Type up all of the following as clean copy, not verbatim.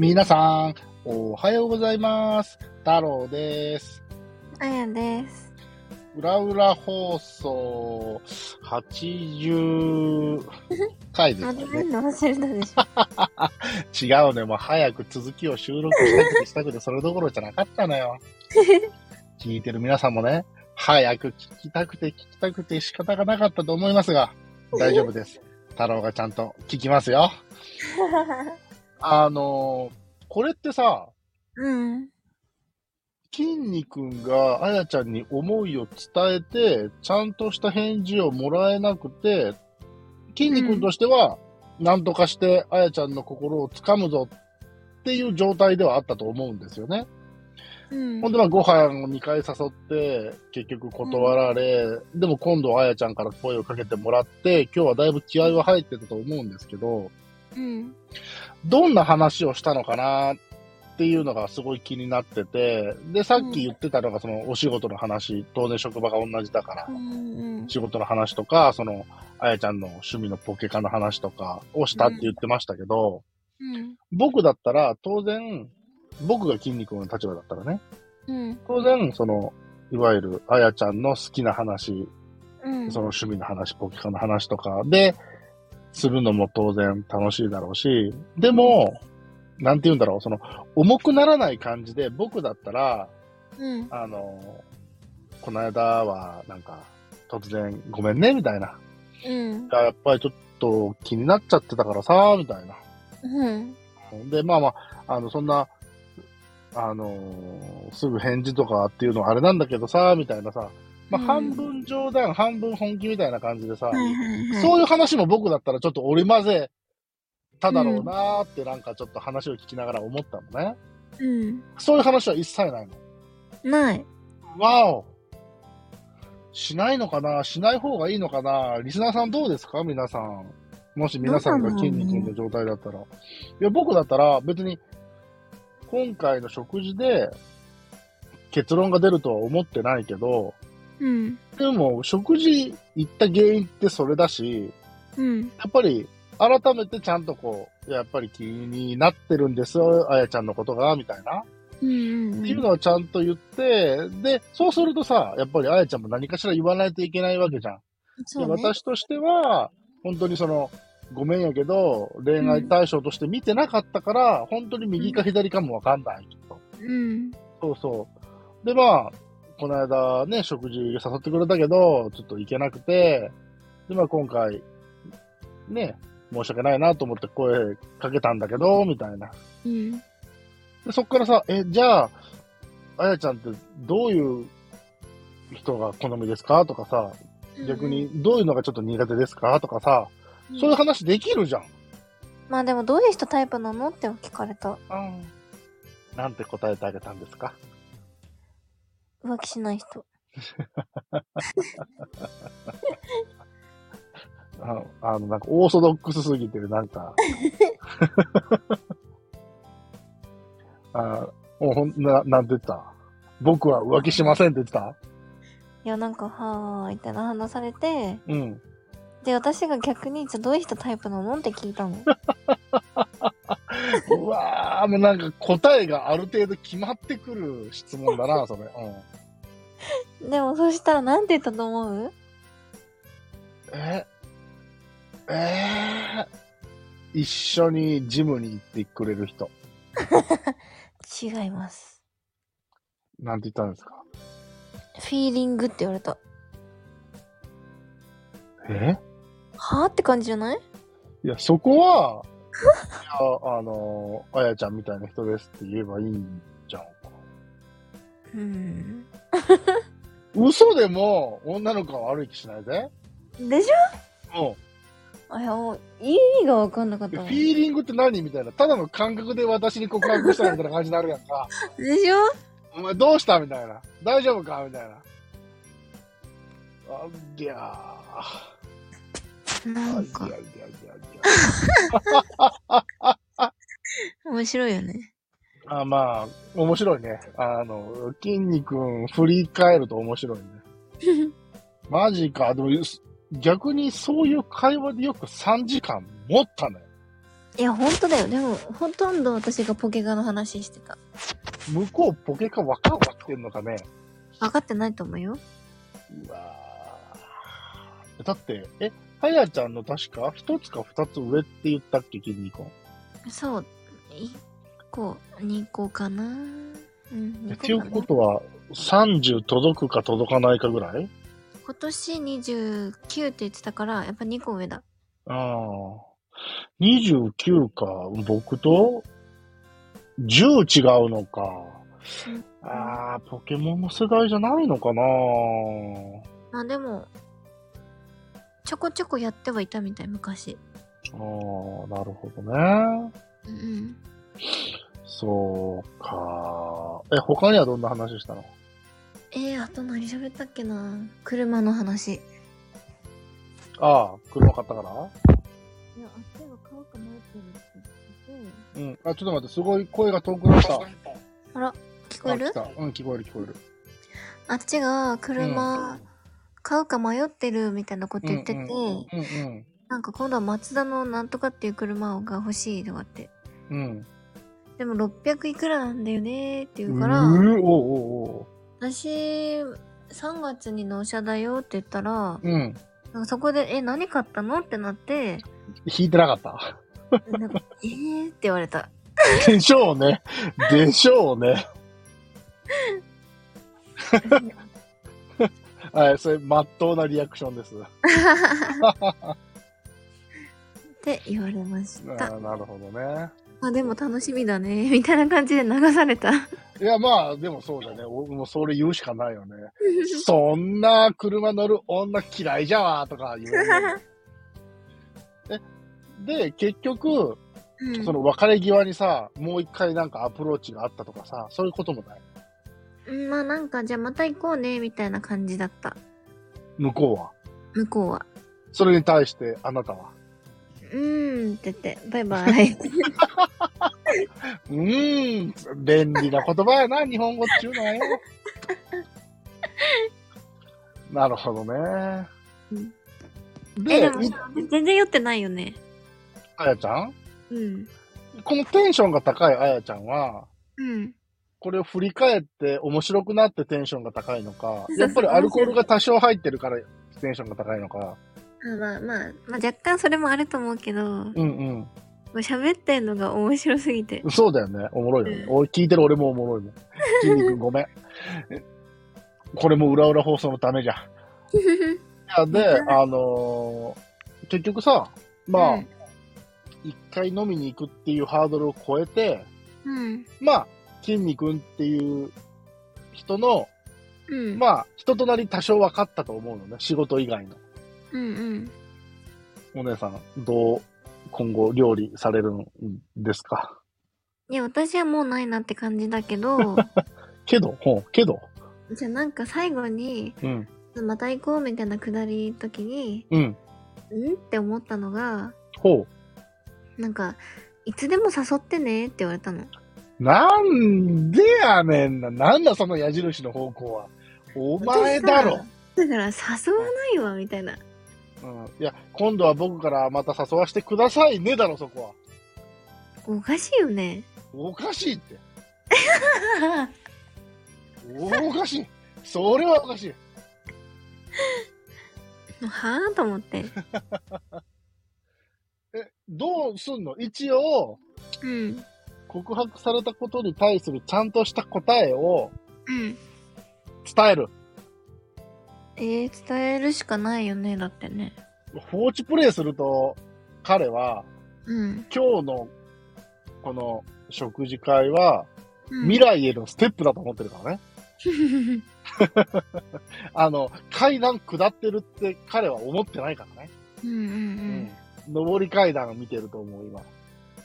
皆さん、おはようございます。太郎です。 あやです。 うらうら放送80回ですかね。 また見るの忘れたでしょ。 違うね、もう早く続きを収録したくて、それどころじゃなかったのよ。聞いてる皆さんもね、早く聞きたくて仕方がなかったと思いますが、大丈夫です。太郎がちゃんと聞きますよ。これってさ、 うん。 きんに君があやちゃんに思いを伝えて、ちゃんとした返事をもらえなくて、きんに君としては、なんとかしてあやちゃんの心をつかむぞっていう状態ではあったと思うんですよね。ほんでご飯を2回誘って、結局断られ、でも今度あやちゃんから声をかけてもらって、今日はだいぶ気合は入ってたと思うんですけど、どんな話をしたのかなっていうのがすごい気になってて、で、さっき言ってたのがそのお仕事の話、当然職場が同じだから、仕事の話とか、あやちゃんの趣味のポケカの話とかをしたって言ってましたけど、僕だったら当然、僕が筋肉の立場だったらね、当然、いわゆるあやちゃんの好きな話、その趣味の話、ポケカの話とかで、するのも当然楽しいだろうし、でも、なんて言うんだろう、重くならない感じで、僕だったら、この間は、突然、ごめんね、みたいな。やっぱりちょっと気になっちゃってたからさ、みたいな。で、そんな、すぐ返事とかっていうのはあれなんだけどさ、みたいなさ、半分冗談、半分本気みたいな感じでさ、そういう話も僕だったらちょっと織り交ぜただろうなーってちょっと話を聞きながら思ったのね。そういう話は一切ないの。 ない。 わお。しないのかな、しない方がいいのかな、リスナーさんどうですか皆さん。もし皆さんが筋肉の状態だったら。いや、僕だったら別に今回の食事で結論が出るとは思ってないけど、でも食事行った原因ってそれだし、やっぱり改めてちゃんとやっぱり気になってるんですよ、あやちゃんのことが、みたいな。っていうのはちゃんと言って、で、そうするとさ、やっぱりあやちゃんも何かしら言わないといけないわけじゃん。で、私としては、本当にごめんやけど、恋愛対象として見てなかったから、本当に右か左かもわかんない、きっと。そうそう。で、この間ね、食事誘ってくれたけど、ちょっと行けなくて、で、今回、ね、申し訳ないなと思って声かけたんだけど、みたいな。でそっからさ、じゃあ、あやちゃんってどういう人が好みですかとかさ、逆にどういうのがちょっと苦手ですかとかさ、そういう話できるじゃん。 でもどういう人タイプなのって聞かれた。 なんて答えてあげたんですか？ 浮気しない人。 オーソドックスすぎてる、なんて言った僕は浮気しませんって言ってた？ いや、はーいって話されて、で、私が逆に、じゃあどういう人タイプなのって聞いたの。 うわー、もう答えがある程度決まってくる質問だな、それ。 でも、そしたらなんて言ったと思う？ 一緒にジムに行ってくれる人。 違います。 なんて言ったんですか？ フィーリングって言われた。はぁって感じじゃない？ いや、そこは、あやちゃんみたいな人ですって言えばいいんじゃんか。嘘でも女の子は悪い気しないぜ。 でしょ？いや、もう、意味がわかんなかったもん。 フィーリングって何みたいな。ただの感覚で私に告白したみたいな感じになるやんか。 でしょ？ お前どうしたみたいな。大丈夫かみたいな。ありゃ面白いよね。 面白いね。筋肉振り返ると面白いね。マジか。でも、逆にそういう会話でよく3時間持ったね。 いや、ほんとだよ。でも、ほとんど私がポケカの話してた。 向こうポケカ分かってんのかね。 分かってないと思うよ。 うわーだって、はやちゃんの確か一つか二つ上って言ったっけ、筋肉。 そう。1個、2個かな。うん、2 っていう個かな。 ことは、30届くか届かないかぐらい？ 今年29って言ってたから、やっぱ2個上だ。 ああ。29か。僕と10違うのか。ああ、ポケモンの世代じゃないのかな。 まあでも、ちょこちょこやってはいたみたい、昔。 ああ、なるほどね。 うん。 そうか。他にはどんな話したの？ あと何喋ったっけな。車の話。 ああ、車買ったから？ いや、あっちが買うか迷ってるって言ってて。うん。あ、ちょっと待って、すごい声が遠くなった。 あら、聞こえる？ うん、聞こえる聞こえる。 あっちが車、買うか迷ってるみたいなこと言ってて、なんか今度はマツダのなんとかっていう車が欲しいとかって。 うん。 でも600いくらなんだよねって言うから、私、3月に納車だよって言ったら、なんかそこで、何買ったのってなって、 引いてなかった。 なんかって言われた。 でしょうね。でしょうね。はい、それ、まっとうなリアクションです。 って言われました。 なるほどね。 まあでも楽しみだね、みたいな感じで流された。 いや、まあ、でもそうだね。もうそれ言うしかないよね。そんな車乗る女嫌いじゃわ、とか言う。で、結局、その別れ際にさ、もう一回なんかアプローチがあったとかさ、そういうこともない？ まあなんか、じゃあまた行こうね、みたいな感じだった。 向こうは？ 向こうは。 それに対してあなたは？ って言って、バイバイ。 便利な言葉やな、日本語っていうのはよ。なるほどね。 でも全然酔ってないよね。 あやちゃん？このテンションが高いあやちゃんは、これを振り返って面白くなってテンションが高いのか、やっぱりアルコールが多少入ってるからテンションが高いのか。 まあ若干それもあると思うけど、もう喋ってんのが面白すぎて。 そうだよね。おもろいよね。聞いてる俺もおもろいもん。筋肉ごめん。これも裏裏放送のためじゃ。で、結局さ、まあ、一回飲みに行くっていうハードルを超えて、まあ、筋肉っていう人の、まあ、人となり多少分かったと思うのね。仕事以外の。お姉さん、どう今後料理されるんですか？ いや、私はもうないなって感じだけど。 けどじゃあなんか最後に、また行こうみたいなくだり時に、って思ったのが、なんか、いつでも誘ってねって言われたの。 なんでやねんな。なんだその矢印の方向は。お前だろ。 だから誘わないわ、みたいな。 いや、今度は僕からまた誘わせてくださいねだろ、そこは。 おかしいよね。 おかしいって。おかしい。それはおかしい。 はぁと思って。 どうすんの？一応、告白されたことに対するちゃんとした答えを、伝える。 伝えるしかないよね、だってね。 放置プレイすると、彼は、今日のこの食事会は、未来へのステップだと思ってるからね。階段下ってるって彼は思ってないからね。上り階段を見てると思う、今。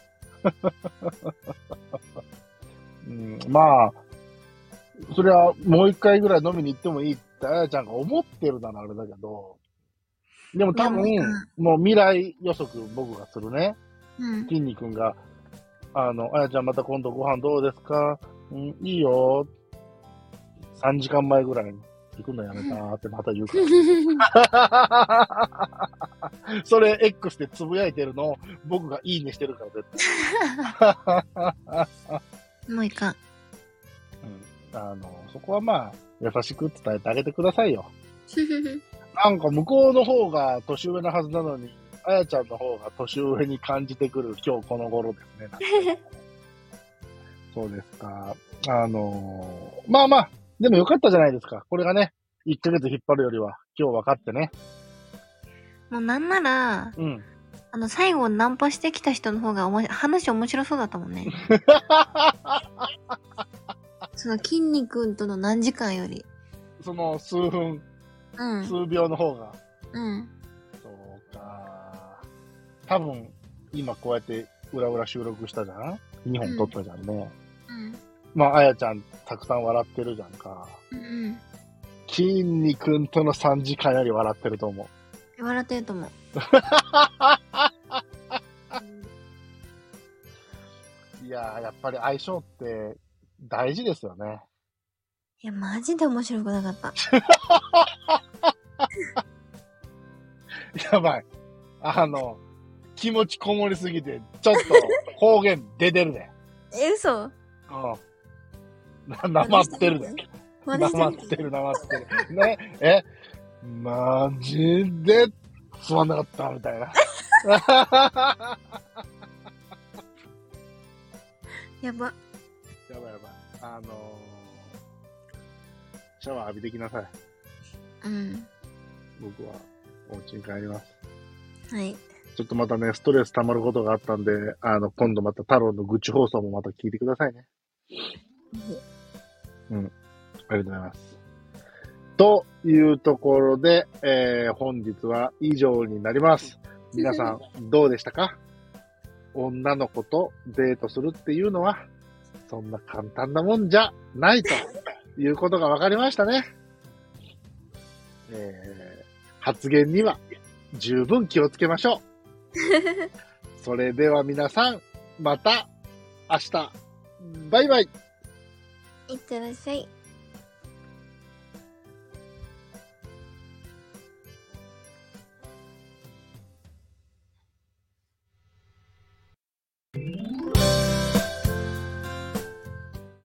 まあ、それはもう一回ぐらい飲みに行ってもいいってあやちゃんが思ってるならあれだけど、でも多分、もう未来予測僕がするね。筋肉くんが、あやちゃんまた今度ご飯どうですか？いいよ。3時間前ぐらいに行くのやめたってまた言うから。 それ X でつぶやいてるのを僕がいいねしてるから絶対。 もういかん。 そこはまあ、優しく伝えてあげてくださいよ。なんか向こうの方が年上なはずなのに、あやちゃんの方が年上に感じてくる今日この頃ですね。そうですか。まあまあ、でもよかったじゃないですか。これがね、1ヶ月引っ張るよりは、今日分かってね。 もうなんなら、 うん。 最後ナンパしてきた人の方が話面白そうだったもんね。その筋肉との何時間より。 その数分、数秒の方が。そうか。多分、今こうやって裏裏収録したじゃん ?2 本撮ったじゃんね。まあ、あやちゃんたくさん笑ってるじゃんか。筋肉との3時間より笑ってると思う。笑ってると思う。 いやー、やっぱり相性って大事ですよね。 いや、マジで面白くなかった。 やばい。気持ちこもりすぎて、ちょっと方言出てるで。 嘘？ うん。なまってるで。なまってる。ね、マジで、つまんなかった、みたいな。 やば。 シャワー浴びてきなさい。僕は、お家に帰ります。 はい。 ちょっとまたね、ストレス溜まることがあったんで、今度また太郎の愚痴放送もまた聞いてくださいね。ありがとうございます。というところで、本日は以上になります。皆さん、どうでしたか？女の子とデートするっていうのは、そんな簡単なもんじゃないということが分かりましたね。発言には十分気をつけましょう。それでは皆さん、また明日。バイバイ。 いってらっしゃい。